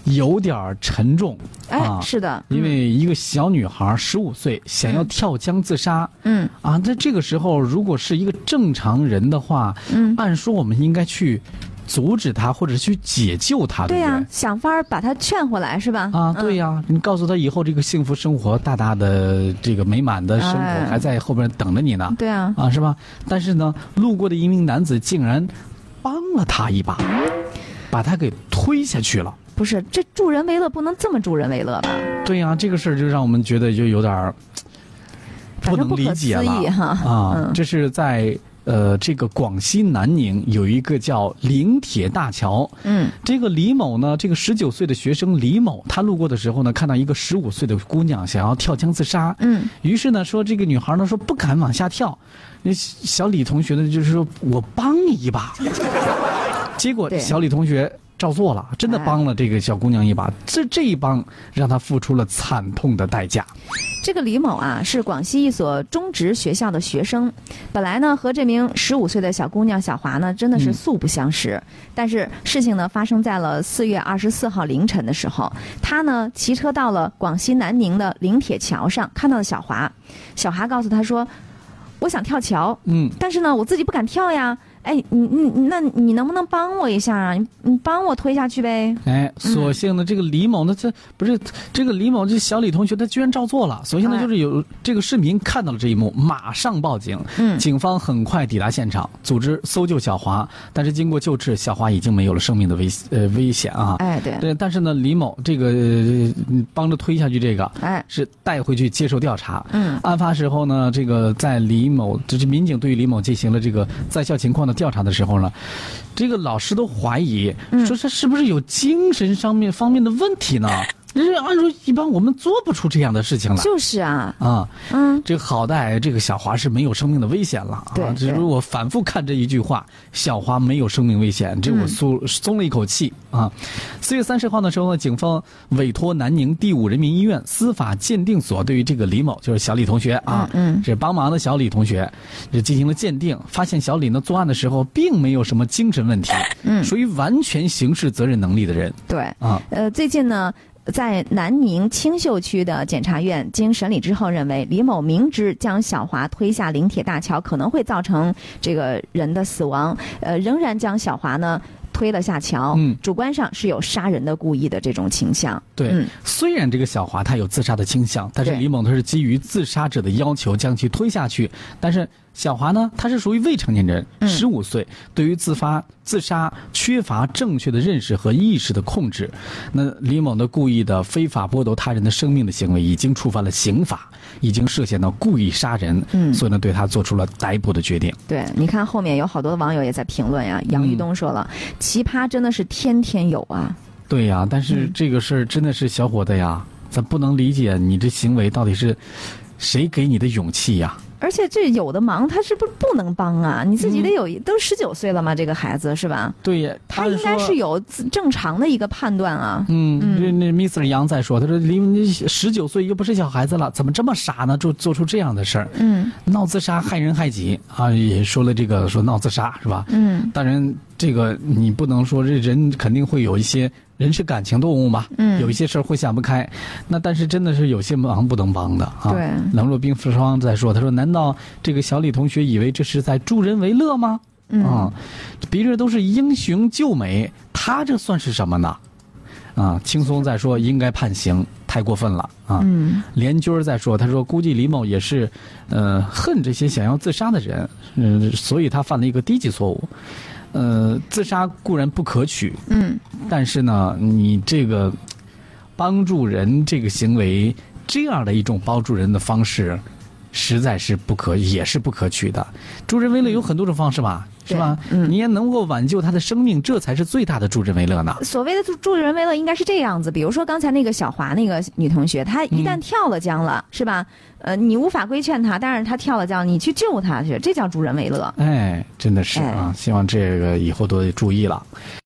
有点沉重。 是的， 因为一个小女孩15岁想要跳江自杀，在这个时候，如果是一个正常人的话，按说我们应该去阻止他或者去解救他， 对呀， 对不对？ 想法把他劝回来是吧？ 对呀，你告诉他以后这个幸福生活、大大的这个美满的生活还在后边等着你呢。 对啊， 是吧？但是呢，路过的一名男子竟然帮了他一把，把他给推下去了。 不是，这助人为乐不能这么助人为乐吧？ 对呀，这个事儿就让我们觉得就有点不能理解了。这是在这个广西南宁有一个叫临铁大桥。这个李某呢，这个19岁的学生李某，他路过的时候呢，看到一个15岁的姑娘想要跳江自杀。于是呢，说这个女孩呢说不敢往下跳，那小李同学呢就是说我帮你一把。结果小李同学照做了，真的帮了这个小姑娘一把。这一帮让她付出了惨痛的代价。 这个李某啊，是广西一所中职学校的学生，本来呢和这名15岁的小姑娘小华呢真的是素不相识。但是事情呢发生在了4月24号凌晨的时候，他呢骑车到了广西南宁的临铁桥上，看到了小华。小华告诉他说，我想跳桥，但是呢我自己不敢跳呀。那你能不能帮我一下啊？你帮我推下去呗。所幸呢，这个李某呢，这个李某这小李同学他居然照做了。所幸呢，就是有这个市民看到了这一幕，马上报警。警方很快抵达现场，组织搜救小华。但是经过救治，小华已经没有了生命的危险啊。对。但是呢，李某这个帮着推下去这个，是带回去接受调查。案发时候呢，这个在李某，这民警对于李某进行了这个在校情况的调查的时候呢，这个老师都怀疑说这是不是有精神方面的问题呢？按说一般我们做不出这样的事情来。就是啊， 这个好歹这个小华是没有生命的危险了啊。只是我反复看这一句话，小华没有生命危险，这我松了一口气啊。4月30号的时候呢，警方委托南宁第5人民医院司法鉴定所对于这个李某，就是小李同学啊，这帮忙的小李同学，就进行了鉴定，发现小李呢作案的时候并没有什么精神问题，属于完全刑事责任能力的人。 对啊，最近呢，在南宁青秀区的检察院经审理之后认为，李某明知将小华推下临铁大桥可能会造成这个人的死亡，仍然将小华呢推了下桥，主观上是有杀人的故意的这种倾向。 对，虽然这个小华他有自杀的倾向，但是李某他是基于自杀者的要求将其推下去，但是小华呢，他是属于未成年人，15岁，对于自杀缺乏正确的认识和意识的控制。那李某的故意的非法剥夺他人的生命的行为已经触犯了刑法，已经涉嫌到故意杀人，所以呢对他做出了逮捕的决定。 对，你看后面有好多的网友也在评论呀，杨玉东说了，奇葩真的是天天有啊。 对呀，但是这个事儿真的是小伙子呀，咱不能理解你这行为到底是谁给你的勇气呀？ 而且这有的忙他是不能帮啊？你自己得有，都19岁了嘛，这个孩子是吧？ 对呀， 他应该是有正常的一个判断啊。 那 Mr. 杨在说，他说离19岁又不是小孩子了，怎么这么傻呢？做出这样的事儿，闹自杀害人害己啊！也说了这个说闹自杀是吧？当然这个你不能说这人肯定会有一些。人是感情动物嘛，有一些事儿会想不开，那但是真的是有些忙不能帮的啊。 对， 冷若冰霜在说，他说难道这个小李同学以为这是在助人为乐吗？别人都是英雄救美，他这算是什么呢？轻松在说应该判刑，太过分了啊。连军在说，他说估计李某也是恨这些想要自杀的人，所以他犯了一个低级错误。自杀固然不可取，但是呢，你这个帮助人这个行为，这样的一种帮助人的方式，实在是也是不可取的。助人为乐有很多种方式吧，是吧？你也能够挽救他的生命，这才是最大的助人为乐呢。 所谓的助人为乐应该是这样子，比如说刚才那个小华那个女同学，她一旦跳了江了，是吧？你无法规劝她，但是她跳了江，你去救她去，这叫助人为乐。 真的是啊，希望这个以后都得注意了。